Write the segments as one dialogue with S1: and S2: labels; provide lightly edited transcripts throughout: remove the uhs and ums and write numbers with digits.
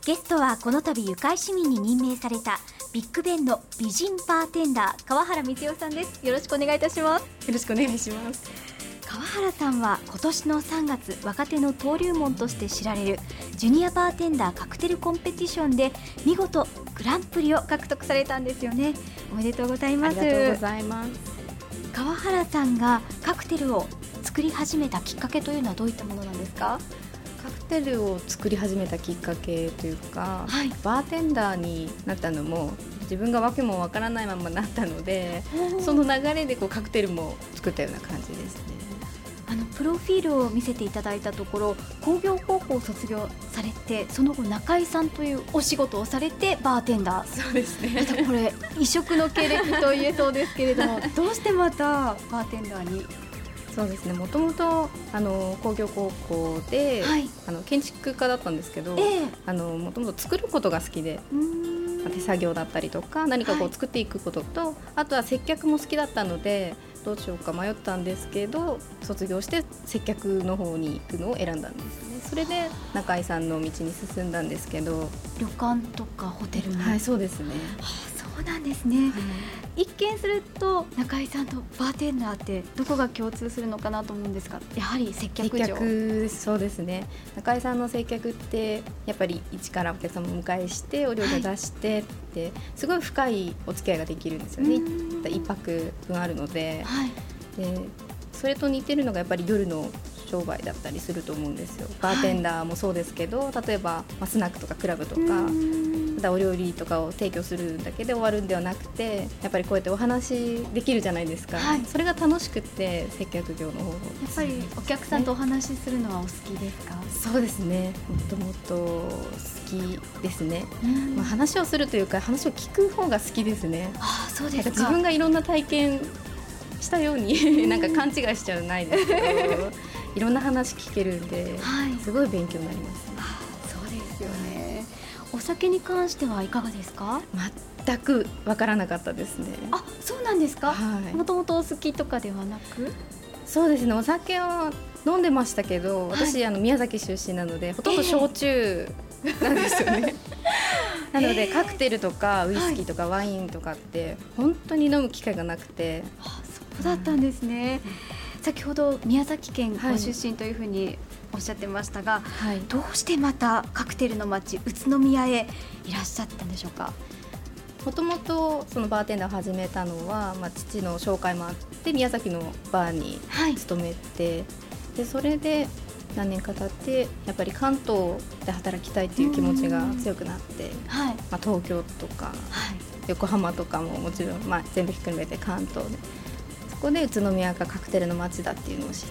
S1: ゲストはこの度愉快市民に任命されたビッグベンの美人バーテンダー川原光代さんです。よろしくお願いいたします。
S2: よろしくお願いします。
S1: 川原さんは今年の3月若手の登竜門として知られるジュニアバーテンダーカクテルコンペティションで見事グランプリを獲得されたんですよね。おめでとうございます。
S2: ありがとうございます。
S1: 川原さんがカクテルを作り始めたきっかけというのはどういったものなんですか？
S2: カクテルを作り始めたきっかけというか、バーテンダーになったのも自分がわけもわからないままなったので、その流れでカクテルも作ったような感じですね。
S1: プロフィールを見せていただいたところ、工業高校を卒業されてその後中井さんというお仕事をされてバーテンダー。
S2: そうですね。
S1: これ異色の経歴と言えそうですけれどもどうしてまたバーテンダーに？
S2: そうですね、もともと工業高校で、建築家だったんですけど、もともと作ることが好きで、手作業だったりとか何か作っていくことと、あとは接客も好きだったのでどうしようか迷ったんですけど、卒業して接客の方に行くのを選んだんですね。それで中井さんの道に進んだんですけど。
S1: 旅館とかホテルに？
S2: はい、そうですね。
S1: そうなんですね。一見すると中井さんとバーテンダーってどこが共通するのかなと思うんですが、やはり接客上。
S2: そうですね。中井さんの接客ってやっぱり一からお客様をお迎えしてお料理を出してって、すごい深いお付き合いができるんですよね。1泊分あるので、でそれと似てるのがやっぱり夜の商売だったりすると思うんですよ。バーテンダーもそうですけど、例えばスナックとかクラブとかまたお料理とかを提供するだけで終わるんではなくて、やっぱりこうやってお話できるじゃないですか、それが楽しくて接客業の方法、
S1: やっぱりお客さんとお話しするのはお好きですか？
S2: そうですね、もっともっと好きですね。話をするというか話を聞く方が好きですね。
S1: そうですか。
S2: 自分がいろんな体験したようになんか勘違いしちゃうないですけどいろんな話聞けるんで、すごい勉強になります、ね。
S1: そうですよね。お酒に関してはいかがですか？
S2: 全くわからなかったですね。
S1: そうなんですか。もともとお好きとかではなく？
S2: そうですね、お酒を飲んでましたけど、私宮崎出身なのでほとんど焼酎なんですよね、なのでカクテルとかウイスキーとかワインとかって本当に飲む機会がなくて。
S1: そうだったんですね。先ほど宮崎県ご出身というふうにおっしゃってましたが、どうしてまたカクテルの街宇都宮へいらっしゃったんでしょうか？
S2: もともとそのバーテンダーを始めたのは、父の紹介もあって宮崎のバーに勤めて、でそれで何年か経ってやっぱり関東で働きたいっていう気持ちが強くなって、東京とか、横浜とかももちろん、全部ひっくるめて関東で、そこで宇都宮がカクテルの街だっていうのを知って、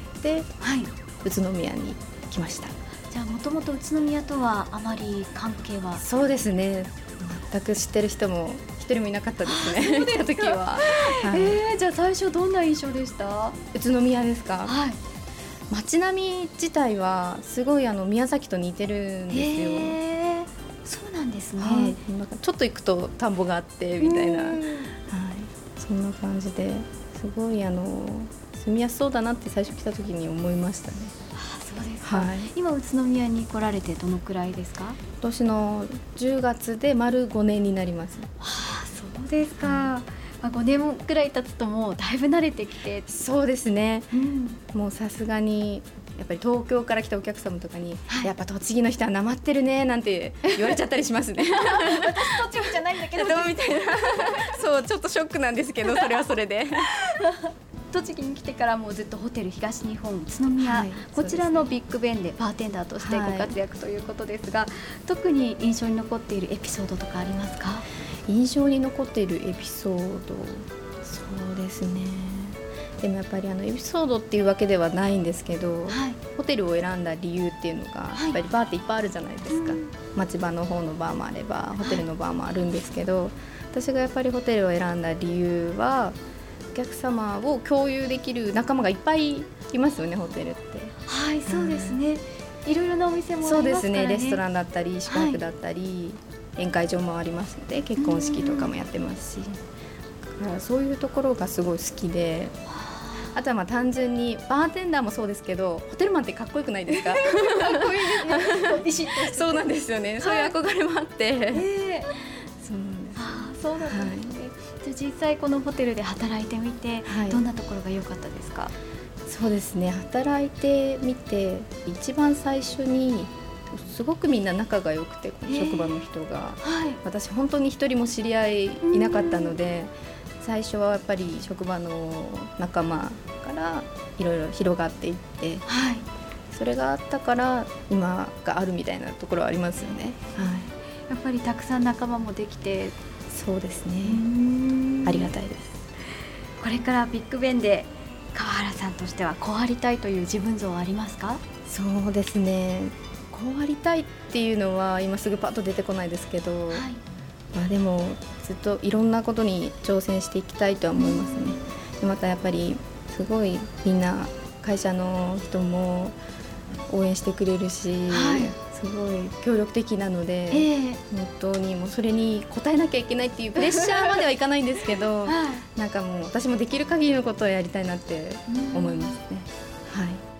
S2: 宇都宮に来ました。
S1: じゃあもともと宇都宮とはあまり関係は？
S2: そうですね、全く知ってる人も一人もいなかったですね。来た時は、
S1: じゃあ最初どんな印象でした？
S2: 宇都宮ですか？街並み自体はすごい宮崎と似てるんですよ。
S1: そうなんですね。
S2: なんかちょっと行くと田んぼがあってみたいな、そんな感じですごい住みやすそうだなって最初来た時に思いましたね。
S1: そうですか。今宇都宮に来られてどのくらいですか？
S2: 今年の10月で丸5年になります。
S1: そうですか。5年くらい経つともうだいぶ慣れてきて。
S2: そうですね、もうさすがにやっぱり東京から来たお客様とかに、やっぱ栃木の人はなまってるねなんて言われちゃったりしますね。
S1: 私栃木じゃないんだけど
S2: みたいなそうちょっとショックなんですけど、それはそれで
S1: 栃木に来てからもうずっとホテル東日本宇都宮、こちらのビッグベンでバーテンダーとしてご活躍ということですが、特に印象に残っているエピソードとかありますか？
S2: 印象に残っているエピソード、そうですね、でもやっぱりエピソードっていうわけではないんですけど、ホテルを選んだ理由っていうのが、やっぱりバーっていっぱいあるじゃないですか。町場の方のバーもあればホテルのバーもあるんですけど、私がやっぱりホテルを選んだ理由はお客様を共有できる仲間がいっぱいいますよね、ホテルって。
S1: そうですね、いろいろなお店もありますからね。
S2: そうですね、レストランだったり宿泊だったり、宴会場もありますので結婚式とかもやってますし、だからそういうところがすごい好きで、 あとはまあ単純にバーテンダーもそうですけど、ホテルマンってかっこよくないですか？かっ
S1: こいいですね。ビシッとしてて
S2: そうなんですよね、そういう憧れもあって、そうなんです。
S1: そうだったんですね。じゃあ実際このホテルで働いてみて、どんなところが良かったですか？
S2: そうですね、働いてみて一番最初にすごくみんな仲が良くて、この職場の人が、私本当に一人も知り合いいなかったので、最初はやっぱり職場の仲間からいろいろ広がっていって、それがあったから今があるみたいなところはありますよね。
S1: やっぱりたくさん仲間もできて。
S2: そうですね、ありがたいです。
S1: これからビッグベンで川原さんとしてはこうありたいという自分像はありますか？
S2: そうですね、こうありたいっていうのは今すぐパッと出てこないですけど、まあでもずっといろんなことに挑戦していきたいとは思いますね。でまたやっぱりすごいみんな会社の人も応援してくれるし、すごい協力的なので、本当にもうそれに応えなきゃいけないっていうプレッシャーまではいかないんですけど、なんかもう私もできる限りのことをやりたいなって思いますね。